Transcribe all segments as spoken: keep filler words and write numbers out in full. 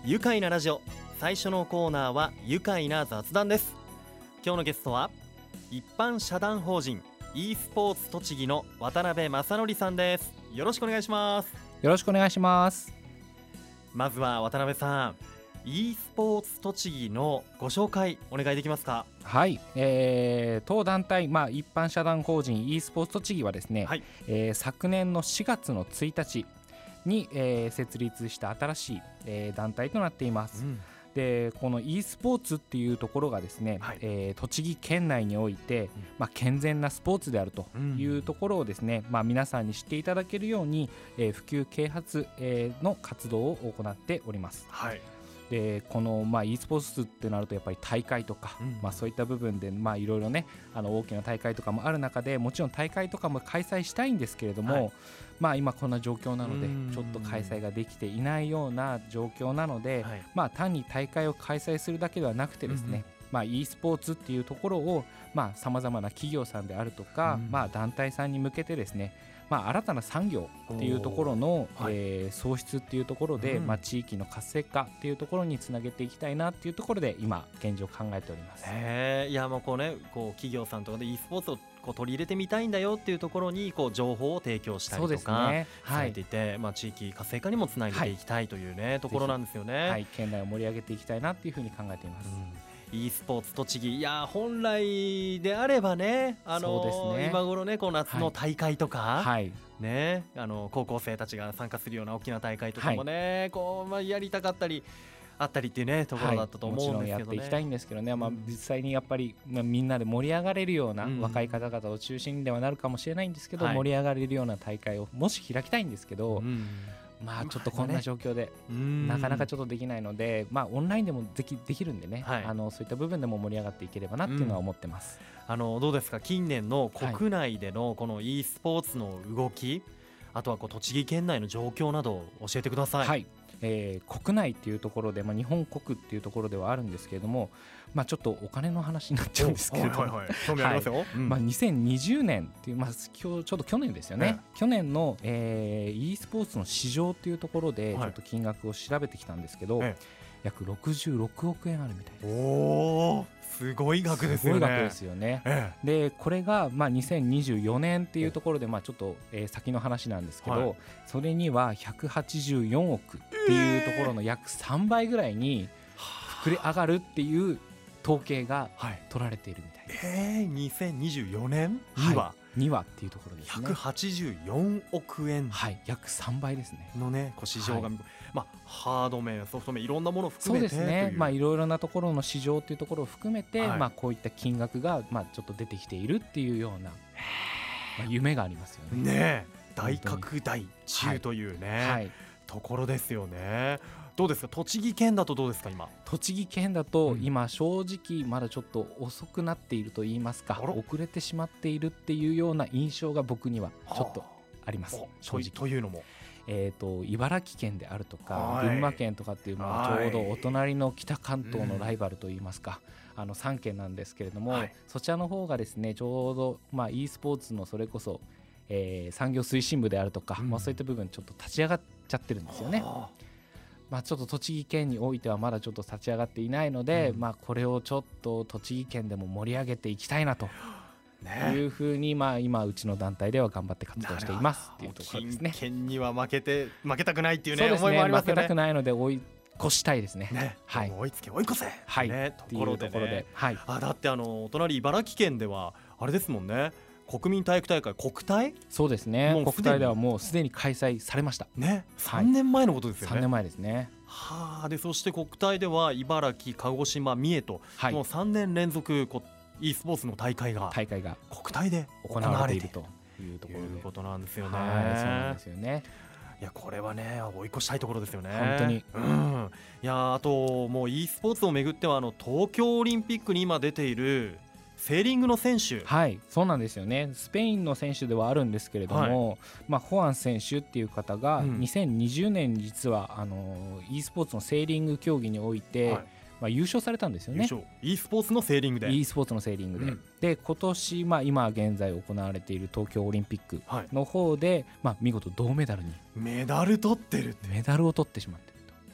愉快なラジオ、最初のコーナーは愉快な雑談です。今日のゲストは一般社団法人 e スポーツ栃木の渡辺正則さんです。よろしくお願いします。 よろしくお願いします。 まずは渡辺さん、 e スポーツ栃木のご紹介お願いできますか？ はい、えー、当団体、まあ、一般社団法人 e スポーツ栃木はですね、はい、えー、昨年のしがつのついたちに、えー、設立した新しい、えー、団体となっています、うん、でこの e スポーツっていうところがですね、はい、えー、栃木県内において、うん、まあ、健全なスポーツであるというところをですね、うん、まあ、皆さんに知っていただけるように、えー、普及啓発、えー、の活動を行っております。はい、でこの、まあ、e スポーツってなるとやっぱり大会とか、うん、まあ、そういった部分でいろいろね、あの大きな大会とかもある中で、もちろん大会とかも開催したいんですけれども、はい、まあ、今こんな状況なのでちょっと開催ができていないような状況なので、はい、まあ、単に大会を開催するだけではなくてですね、うん、まあ、e スポーツっていうところをさまざ、まな企業さんであるとか、うん、まあ、団体さんに向けてですね、まあ、新たな産業っていうところの、はい、えー、創出っていうところで、うん、まあ、地域の活性化っていうところにつなげていきたいなっていうところで今現状考えております。 へー、いやもうこうね、こう企業さんとかで e スポーツをこう取り入れてみたいんだよっていうところにこう情報を提供したりとかされていて、はい、まあ、地域活性化にもつなげていきたいというね、はい、ところなんですよね。 はい、県内を盛り上げていきたいなっていうふうに考えています。 うん、e スポーツ栃木、いや本来であればね、あのーそうですね、今頃ね、こう夏の大会とか、はいね、あの高校生たちが参加するような大きな大会とかもね、はい、こうまあ、やりたかったりあったりっていうねところだったと思うんですけどね、 はい、もちろんやっていきたいんですけどね、まあ、実際にやっぱり、まあ、みんなで盛り上がれるような、うん、若い方々を中心ではなるかもしれないんですけど、はい、盛り上がれるような大会をもし開きたいんですけど、うん、まあ、ちょっとこんな状況で、まあね、なかなかちょっとできないので、まあ、オンラインでもでき、できるんでね、はい、あのそういった部分でも盛り上がっていければなっていうのは思ってます、 うん、あのどうですか、近年の国内でのこの e スポーツの動き、はい、あとはこう栃木県内の状況などを教えてください。はい、 えー、国内っていうところで、まあ、日本国っていうところではあるんですけれども、まあ、ちょっとお金の話になっちゃうんですけれども、にせんにじゅうねんっていう、まあ、今日ちょっと去年ですよね、ね、去年の、えー、e スポーツの市場っていうところでちょっと金額を調べてきたんですけど、はい、約ろくじゅうろくおくえんあるみたいです。 おー、すごい額ですよね。 すごい額ですよね、ええ、でこれがまあにせんにじゅうよねんっていうところで、まあちょっとえ先の話なんですけど、はい、それにはひゃくはちじゅうよんおくっていうところの約さんばいぐらいに膨れ上がるっていう統計が取られているみたいです、 はい、えー、にせんにじゅうよねんには、はい、 にわっていうところですね。 ひゃくはちじゅうよんおくえん、 はい、約さんばいですねのね、こう市場が、はい、まあ、ハード面ソフト面いろんなものを含めて、 そうですね、まあ、いろいろなところの市場っていうところを含めて、はい、まあ、こういった金額がまあちょっと出てきているっていうような、まあ、夢がありますよね。 ね、大拡大中というね、はいはい、ところですよね。どうですか、栃木県だとどうですか？今栃木県だと今正直まだちょっと遅くなっていると言いますか、うん、遅れてしまっているっていうような印象が僕にはちょっとあります、正直。 というのも、 えー、と茨城県であるとか群馬県とかっていう、まあちょうどお隣の北関東のライバルといいますか、うん、あのさんけんなんですけれども、はい、そちらの方がですね、ちょうど、まあ、e スポーツのそれこそ、えー、産業推進部であるとか、うん、まあ、そういった部分ちょっと立ち上がっちゃってるんですよね。まあ、ちょっと栃木県においてはまだちょっと立ち上がっていないので、うん、まあ、これをちょっと栃木県でも盛り上げていきたいなというふうに、まあ、今うちの団体では頑張って活動していますっていうところですね。 近県には負けて負けたくないっていうね、思いもありますよね。 負けたくないので追い越したいですね。 ね、はい、追いつけ追い越せ、 はい、 ね、 ところでね、はい、 あ、だってあのお隣茨城県ではあれですもんね、国民体育大会、国体、 そうですね、国体ではもうすでに開催されましたね。 さんねんまえのことですよね。 さんねんまえですね。 はあ、でそして国体では茨城、鹿児島、三重と、はい、もうさんねん連続こ e スポーツの大会が大会が国体で行われているというところで、 いうことなんですよね。 はい、そうなんですよね。 いやこれはね追い越したいところですよね。 本当に、 うん、いやあともう e スポーツをめぐってはあの東京オリンピックに今出ているセーリングの選手、 はい、そうなんですよね。スペインの選手ではあるんですけれども、はい、まあ、ホアン選手っていう方がにせんにじゅうねんに実はあの e スポーツのセーリング競技において、はい、まあ、優勝されたんですよね。 e スポーツのセーリングで e スポーツのセーリングで、うん、で今年、まあ、今現在行われている東京オリンピックの方で、はい、まあ、見事銅メダルにメダル取ってるってメダルを取ってしまっていると。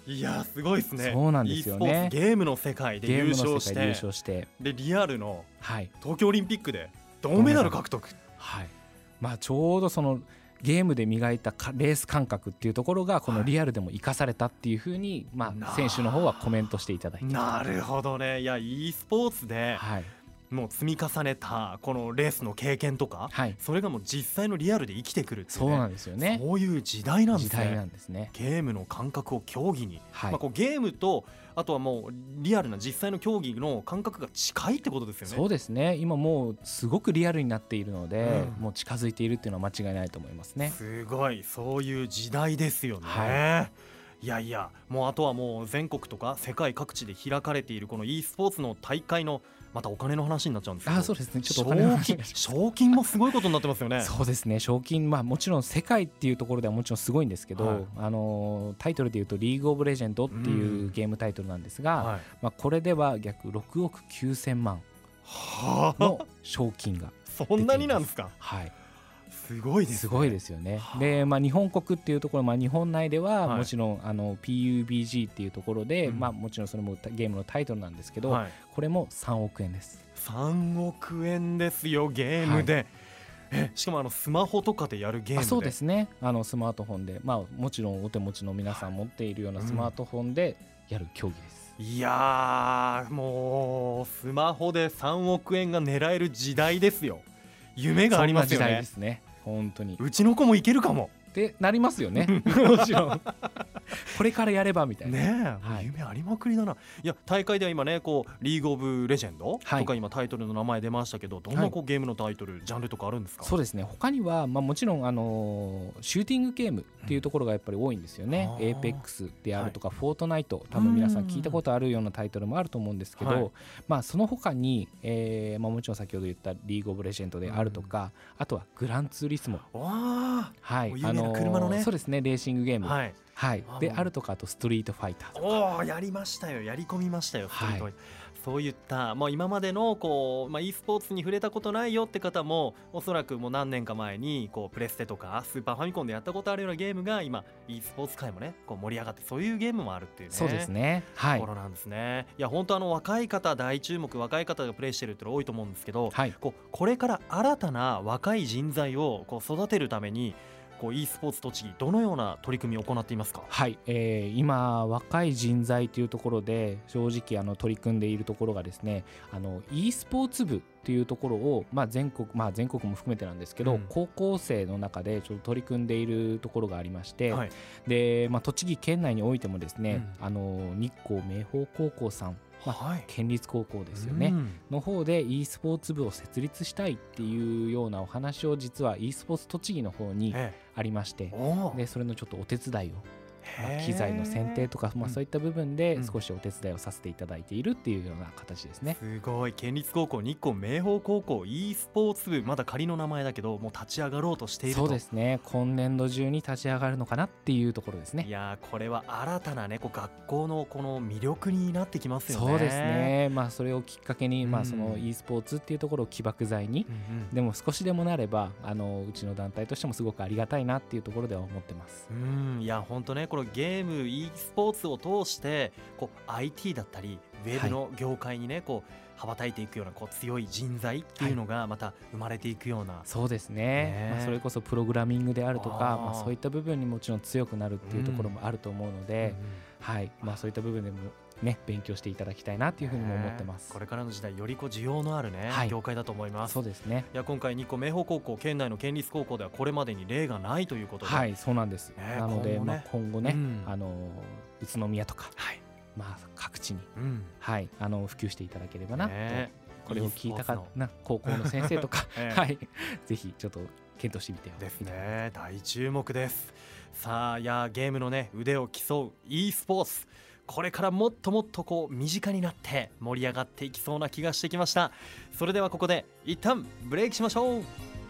いやすごいですね。 そうなんですよね。 e スポーツゲームの世界で優勝して、 優勝してでリアルの東京オリンピックで銅メダル獲得、 はい、まあ、ちょうどそのゲームで磨いたレース感覚っていうところがこのリアルでも生かされたっていうふうに、まあ、選手の方はコメントしていただいて。 なるほどね。いや e スポーツで、はい、もう積み重ねたこのレースの経験とか、はい、それがもう実際のリアルで生きてくるっていうね、 そうなんですよね。 そういう時代なんですね。 時代なんですね。 ゲームの感覚を競技に、はい、まあ、こうゲームとあとはもうリアルな実際の競技の感覚が近いってことですよね。 そうですね。今もうすごくリアルになっているので、うん、もう近づいているっていうのは間違いないと思いますね。 すごい、そういう時代ですよね。はい、いやいや、もうあとはもう全国とか世界各地で開かれているこの e スポーツの大会のまたお金の話になっちゃうんですけど、 あ、そうですね、ちょっとお金の話、 賞金もすごいことになってますよね。 そうですね、賞金、まあ、もちろん世界っていうところではもちろんすごいんですけど、はい、あのタイトルでいうとリーグオブレジェンドっていうゲームタイトルなんですが、うん、はい、まあ、これでは約ろくおくきゅうせんまんの賞金がそんなになんですか。 はい、 すごいですね。 すごいですよね。で、まあ、日本国っていうところ、まあ、日本内ではもちろん、はい、あの ピーユービージー っていうところで、うん、まあ、もちろんそれもゲームのタイトルなんですけど、はい、これもさんおくえんです。 さんおくえんですよ、ゲームで、はい、えしかもあのスマホとかでやるゲームで。 あ、そうですね、あのスマートフォンで、まあ、もちろんお手持ちの皆さん持っているようなスマートフォンでやる競技です。 うん、いやー、もうスマホでさんおくえんが狙える時代ですよ。夢がありますよね。 そんな時代ですね、本当に。 うちの子もいけるかもってなりますよねもちろんこれからやればみたいなねえ、はい、夢ありまくりだな。いや、大会では今ね、こうリーグオブレジェンドとか今タイトルの名前出ましたけど、どんなこうゲームのタイトル、はい、ジャンルとかあるんですか。 そうですね、他には、まあ、もちろん、あのー、シューティングゲームっていうところがやっぱり多いんですよね。エーペックスであるとか、はい、フォートナイト、多分皆さん聞いたことあるようなタイトルもあると思うんですけど、はい、まあ、その他に、えーまあ、もちろん先ほど言ったリーグオブレジェンドであるとか、あとはグランツーリスモ、 はい、 あのー、車のね、そうですね、レーシングゲーム、 はい、 はい、であるとか、あとストリートファイターとか。 おー、やりましたよ、やり込みましたよ、ストリートファイター、はい、そういった、まあ、今までのこう、まあ、e スポーツに触れたことないよって方もおそらくもう何年か前にこうプレステとかスーパーファミコンでやったことあるようなゲームが今 e スポーツ界もねこう盛り上がって、そういうゲームもあるっていうね。 そうですね、はい、 ところなんですね。いや本当あの若い方大注目、若い方がプレイしてるっての多いと思うんですけど、はい、こうこれから新たな若い人材をこう育てるためにこう e スポーツ栃木どのような取り組みを行っていますか。 はい、えー、今若い人材というところで正直あの取り組んでいるところがですね、あの e スポーツ部っていうところを、まあ、全国、まあ、全国も含めてなんですけど、うん、高校生の中でちょっと取り組んでいるところがありまして、はい、で、まあ、栃木県内においてもですね、うん、あの日光明豊高校さん、まあはい、県立高校ですよね、うん、の方で e スポーツ部を設立したいっていうようなお話を実は e スポーツ栃木の方にありまして、でそれのちょっとお手伝いを、まあ、機材の選定とか、まあ、そういった部分で少しお手伝いをさせていただいているっていうような形ですね。 すごい、県立高校、日光明豊高校 e スポーツ部、まだ仮の名前だけどもう立ち上がろうとしていると。 そうですね、今年度中に立ち上がるのかなっていうところですね。 いやこれは新たな、ね、こう学校のこの魅力になってきますよね。 そうですね、まあ、それをきっかけに、うん、まあ、その e スポーツっていうところを起爆剤に、うんうん、でも少しでもなればあのうちの団体としてもすごくありがたいなっていうところでは思ってます。 うん、いや本当ね、このゲーム e スポーツを通してこう アイティー だったりウェブの業界にね、はい、こう羽ばたいていくようなこう強い人材っていうのがまた生まれていくような、はい、 そうですね、ね、まあ、それこそプログラミングであるとか、まあ、そういった部分にもちろん強くなるっていうところもあると思うので、うん、はい、まあ、そういった部分でもね、勉強していただきたいなというふうにも思ってます。 これからの時代よりこう需要のある、ね、はい、業界だと思います。 そうですね。 いや今回日光明豊高校県内の県立高校ではこれまでに例がないということで、 はい、そうなんです、ね、なので今後 ね,、まあ、今後ね、うん、あの宇都宮とか、はい、まあ、各地に、うん、はい、あの普及していただければなと、ね、これを聞いたかな高校の先生とか、えーはい、ぜひちょっと検討してみてよですね。大注目です。さあ、いやゲームのね腕を競う e スポーツ、これからもっともっとこう身近になって盛り上がっていきそうな気がしてきました。それではここで一旦ブレイクしましょう。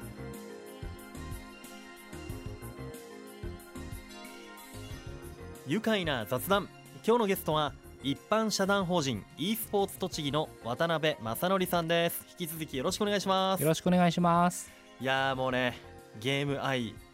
愉快な雑談、今日のゲストは一般社団法人 e スポーツ栃木の渡辺正則さんです。引き続きよろしくお願いします。 よろしくお願いします。 いやーもうねゲーム愛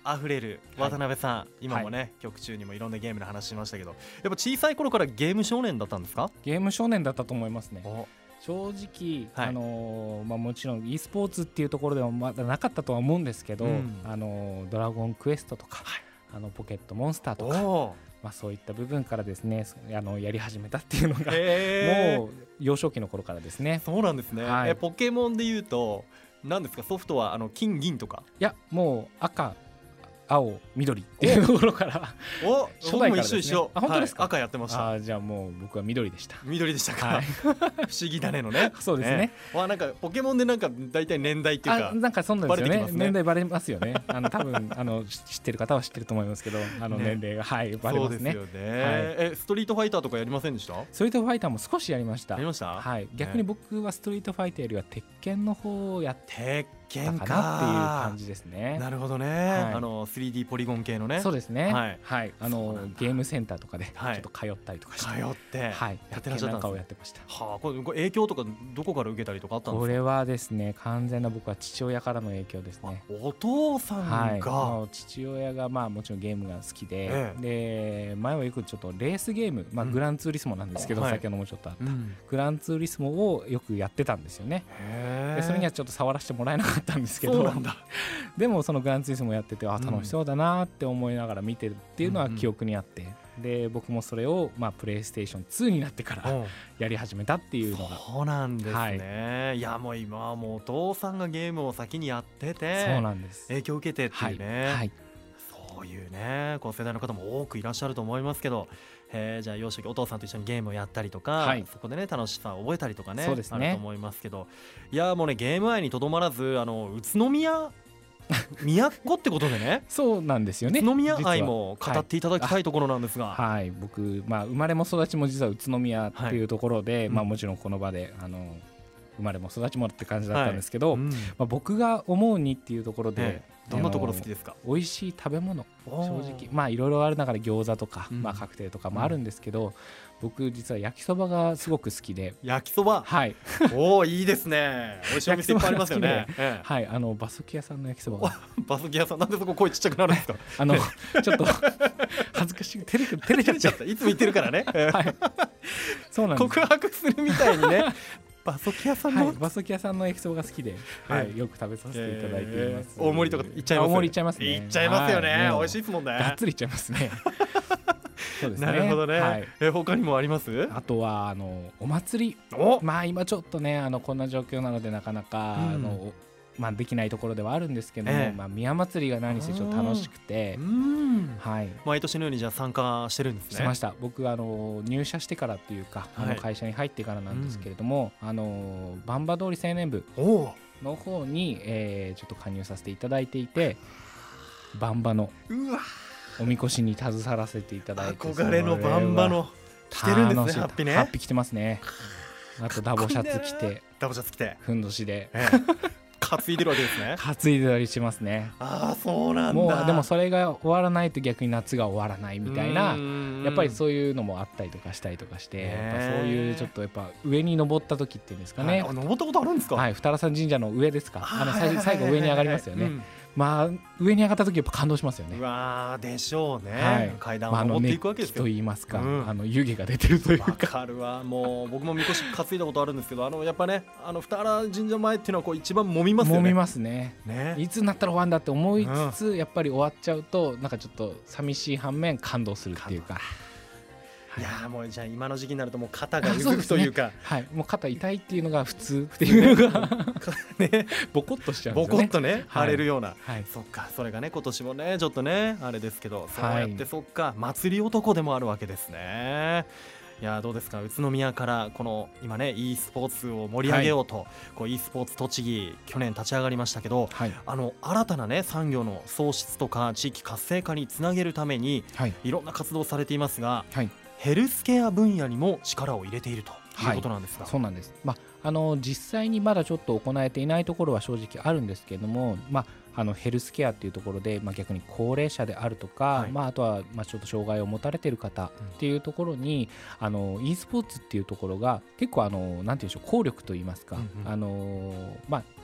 あふれる渡辺さん、はい、今もね、はい、曲中にもいろんなゲームの話しましたけど、やっぱ小さい頃からゲーム少年だったんですか？ ゲーム少年だったと思いますね。正直、はい、あのーまあ、もちろん e スポーツっていうところでもまだなかったとは思うんですけど、うん、あのー、ドラゴンクエストとか、はい、あのポケットモンスターとか、まあ、そういった部分からですね、あのやり始めたっていうのがもう幼少期の頃からですね。 そうなんですね、はい、えポケモンでいうと何ですか？ソフトはあの金銀とか？ いや、もう赤青緑っていうところからお初代からですね。 一緒一緒。 あ、本当ですか？ はい、赤やってました。 あ、じゃあもう僕は緑でした。 緑でしたか、はい、不思議だねのねそうですね、ね、 わなんかポケモンでなんか大体年代っていうか、 あ、なんかそうなんですよ ね, ね年代バレますよね。あの多分あの知ってる方は知ってると思いますけど、あの年齢が、ね、はいバレますね。 そうですよね、はい、えストリートファイターとかやりませんでした？ ストリートファイターも少しやりました。 やりました、 はい、逆に僕はストリートファイターよりは鉄拳の方をやってたかなっていう感じですね。 なるほどね、はい、あの スリーディー ポリゴン系のね。 そうですね、 はいはい、あのゲームセンターとかでちょっと通ったりとかして、 はい、通って、 はい、やってらっしゃったんですね。をやってました。 はあ、これ影響とかどこから受けたりとかあったんですか？これはですね、完全な僕は父親からの影響ですね。 お父さんが、はい、 父親がまあもちろんゲームが好きで、ええ、で前はよくちょっとレースゲーム、まあ、グランツーリスモなんですけど、うん、先ほどもちょっとあった、はい、グランツーリスモをよくやってたんですよね。でそれにはちょっと触らせてもらえなかったんですけど、そうなんだでもそのグランツーリスモやってて、あ、楽しそうだなって思いながら見てるっていうのは記憶にあって、うん、で僕もそれを、まあ、プレイステーションツーになってからやり始めたっていうのが。 そうなんですね、はい、いやもう今はもうお父さんがゲームを先にやってて、 そうなんです、 影響を受けてっていうね、 はいはい、 そういうねこう世代の方も多くいらっしゃると思いますけど、えー、じゃあ幼少期お父さんと一緒にゲームをやったりとか、はい、そこでね楽しさを覚えたりとか ね, そうですねあると思いますけど、いやもうねゲーム愛にとどまらず、あの宇都宮都ってことでねそうなんですよね。 宇都宮愛も語っていただきたいところなんですが、 はい、はい、僕、まあ、生まれも育ちも実は宇都宮っていうところで、はい、まあ、もちろんこの場であの生まれも育ちもって感じだったんですけど、はい、うん、まあ、僕が思うにっていうところで、ええ、 どんなところ好きですか？ 美味しい食べ物、正直まあいろいろある中で餃子とか、うん、まあ、カクテルとかもあるんですけど、うん、僕実は焼きそばがすごく好きで。 焼きそば、 はい、 おーいいですね。美味しいお店いっぱいありますよね。 ええ、はい、あのバスキ屋さんの焼きそばがバスキ屋さん、なんでそこ声ちっちゃくなるんですか？ あのちょっと恥ずかしい、照れ照れちゃっちゃったいつも言ってるからね、はい、 そうなんです。 告白するみたいにねバソキ屋さんの、 はい、バソキ屋さんの焼きそばが好きで、はい、よく食べさせていただいています。 えー、大盛りとかいっちゃいます？ 大盛りいっちゃいますね。 いっちゃいますよね、はい、美味しいですもんね。 がっつりいっちゃいますねそうですね。 なるほどね、はい、え他にもあります？ あとはあのお祭り、まあ今ちょっとねあのこんな状況なのでなかなか、うん、あのまあ、できないところではあるんですけども、ええ、まあ、宮祭りが何せちょっと楽しくて、うん、はい、 毎年のようにじゃあ参加してるんですね。 してました。僕あの入社してからっていうか、はい、あの会社に入ってからなんですけれども、うん、あのバンバ通り青年部の方に、えー、ちょっと加入させていただいていて、バンバのおみこしに携わらせていただいて、 憧れのバンバの着てるんですね。ハッピーね。 ハッピー着てますね。あとダボシャツ着て、 ダボシャツ着て、 ふんどしで、 ええ担いでるわけですね。 担いでたりしますね。 ああそうなんだ。 もうでもそれが終わらないと逆に夏が終わらないみたいな、やっぱりそういうのもあったりとかしたりとかして、やっぱそういうちょっとやっぱ上に登った時っていうんですかね、 はい、登ったことあるんですか？ はい、二良山神社の上ですか。あの最最後上に上がりますよね。まあ上に上がった時やっぱ感動しますよね。 うわーでしょうね、はい、階段を登っていくわけですよ、 まあ、と言いますか、うん、あの湯気が出てるというか。 わかるわ。もう僕もみこし担いだことあるんですけど、あのやっぱねあの二良神社前っていうのはこう一番揉みますよね。 揉みますね。ね、いつになったら終わるんだって思いつつ、うん、やっぱり終わっちゃうとなんかちょっと寂しい反面感動するっていうか。 いやもうじゃあ今の時期になるともう肩がうずくというか、ね、 はい、もう肩痛いっていうのが普通っていうのがね、ボコッとしちゃうんですよね。 ボコッとね腫れるような、 はい、 そっか、それがね今年もねちょっとねあれですけど、そうやって、はい、そっか祭り男でもあるわけですね。いやどうですか、宇都宮からこの今ね e スポーツを盛り上げようと、はい、こう e スポーツ栃木去年立ち上がりましたけど、はい、あの新たなね産業の創出とか地域活性化につなげるために、はい、いろんな活動をされていますが、はい、ヘルスケア分野にも力を入れているということなんですが、 はい、そうなんです。まあ、あの実際にまだちょっと行えていないところは正直あるんですけれども、まああのヘルスケアっていうところで、まあ、逆に高齢者であるとか、はい、まあ、あとはまあちょっと障害を持たれている方っていうところに、うん、あの e スポーツっていうところが結構あのなんていうんでしょう、効力といいますか、うんうん、あのまあ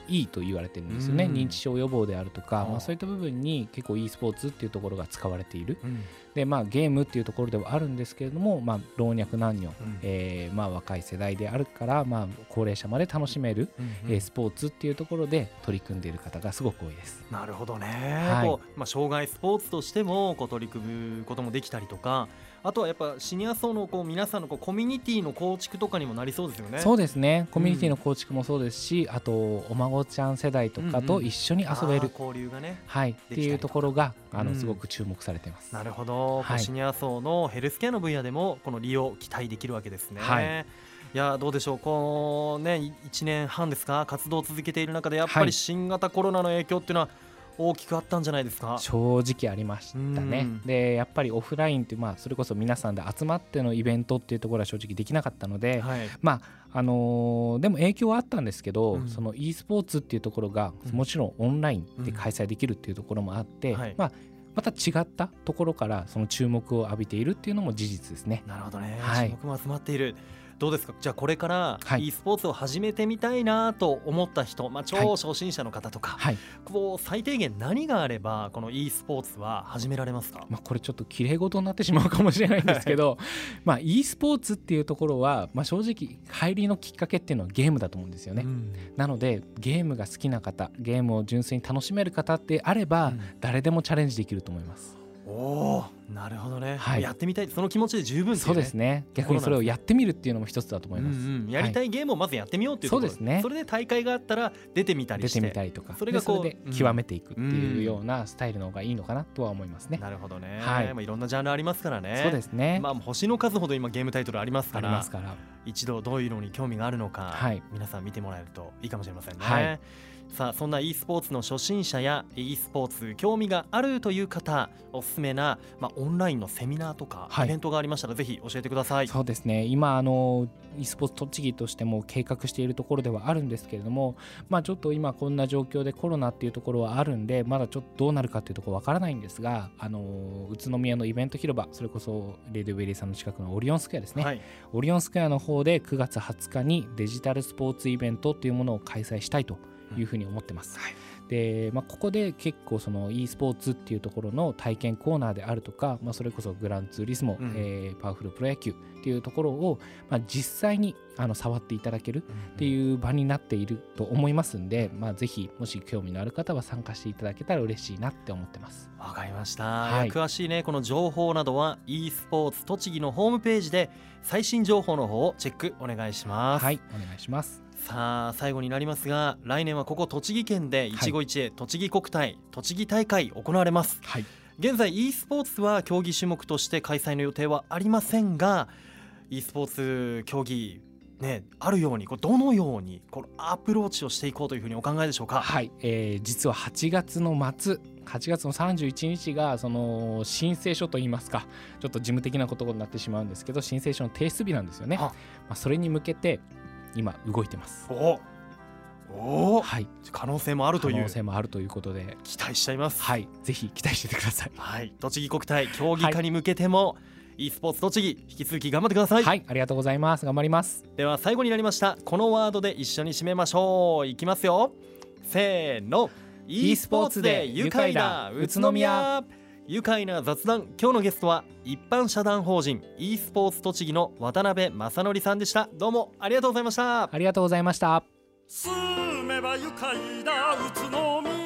いいと言われてるんですよね。認知症予防であるとか、まあ、そういった部分に結構 e スポーツっていうところが使われている、うん、でまあ、ゲームっていうところではあるんですけれども、まあ、老若男女、うん、えーまあ、若い世代であるから、まあ、高齢者まで楽しめる、うんうん、えー、スポーツっていうところで取り組んでいる方がすごく多いです。 なるほどね、はい、こうまあ、障害スポーツとしてもこう取り組むこともできたりとか、あとはやっぱシニア層のこう皆さんのこうコミュニティの構築とかにもなりそうですよね。 そうですね、コミュニティの構築もそうですし、うん、あとお孫ちゃん世代とかと一緒に遊べる、うんうん、 交流がね、 はい、っていうところがあの、うん、すごく注目されています。 なるほど、はい、シニア層のヘルスケアの分野でもこの利用期待できるわけですね。はい、いやどうでしょう、こう、ね、いちねんはんですか、活動を続けている中でやっぱり新型コロナの影響っていうのは大きくあったんじゃないですか。 正直ありましたね。でやっぱりオフラインって、まあ、それこそ皆さんで集まってのイベントっていうところは正直できなかったので、はい、まああのー、でも影響はあったんですけど、うん、その e スポーツっていうところがもちろんオンラインで開催できるっていうところもあって、うんはい、まあまた違ったところからその注目を浴びているっていうのも事実ですね。 なるほどね、はい、注目も集まっている。どうですか、じゃあこれから e スポーツを始めてみたいなと思った人、まあ、超初心者の方とか、はい、こう最低限何があればこの e スポーツは始められますか？ まあ、これちょっときれい事になってしまうかもしれないんですけどまあ e スポーツっていうところは、まあ、正直入りのきっかけっていうのはゲームだと思うんですよね、うん、なのでゲームが好きな方、ゲームを純粋に楽しめる方であれば、うん、誰でもチャレンジできると思います。 おー、なるほどね、はい、やってみたい、その気持ちで十分ですよね。 そうですね、逆にそれをやってみるっていうのも一つだと思います、うんうん、 やりたいゲームをまずやってみようっていうところ、はい、そうですね、それで大会があったら出てみたりして出てみたりとか、 それがこうそれで極めていくっていうようなスタイルの方がいいのかなとは思いますね、 うん、なるほどね、はい、まあ、いろんなジャンルありますからね。 そうですね、 まあ、星の数ほど今ゲームタイトルありますから、 ありますから、 一度どういうのに興味があるのか、はい、皆さん見てもらえるといいかもしれませんね、はい。さあそんな e スポーツの初心者や e スポーツ興味があるという方、おすすめな、まあ、オンラインのセミナーとかイベントがありましたら、はい、ぜひ教えてください。 そうですね、今あの e スポーツ栃木としても計画しているところではあるんですけれども、まあ、ちょっと今こんな状況でコロナっていうところはあるんで、まだちょっとどうなるかっていうところわからないんですが、あの宇都宮のイベント広場、それこそレディオベリーさんの近くのオリオンスクエアですね、はい、オリオンスクエアの方でくがつはつかにデジタルスポーツイベントっていうものを開催したいというふうに思ってます、うん、はい。でまあ、ここで結構その e スポーツっていうところの体験コーナーであるとか、まあ、それこそグランツーリスモ、うん、えー、パワフルプロ野球っていうところを、まあ、実際にあの触っていただけるっていう場になっていると思いますんで、まあ、ぜひもし興味のある方は参加していただけたら嬉しいなって思ってます。 わかりました、はい、詳しいねこの情報などは e スポーツ栃木のホームページで最新情報の方をチェックお願いします。 はい、お願いします。 さあ最後になりますが、来年はここ栃木県で一期一会栃木国体栃木大会行われます、はい、現在 e スポーツは競技種目として開催の予定はありませんが、 e スポーツ競技ね、あるようにこうどのようにこのアプローチをしていこうというふうにお考えでしょうか？ はい、えー、実ははちがつの末はちがつのさんじゅういちにちがその申請書といいますか、ちょっと事務的なことになってしまうんですけど、申請書の提出日なんですよね。まあ、それに向けて今動いてます。 おお、はい、可能性もあるという可能性もあるということで期待しちゃいます。 はい、ぜひ期待しててください。 はい、栃木国体競技化に向けても、はい、e スポーツ栃木引き続き頑張ってください。 はい、ありがとうございます。頑張ります。 では最後になりました、このワードで一緒に締めましょう。いきますよ、せーの、 e スポーツで愉快だ宇都宮。愉快な雑談、今日のゲストは一般社団法人 e スポーツ栃木の渡辺正則さんでした。どうもありがとうございました。 ありがとうございました。 住めば愉快だ宇都宮。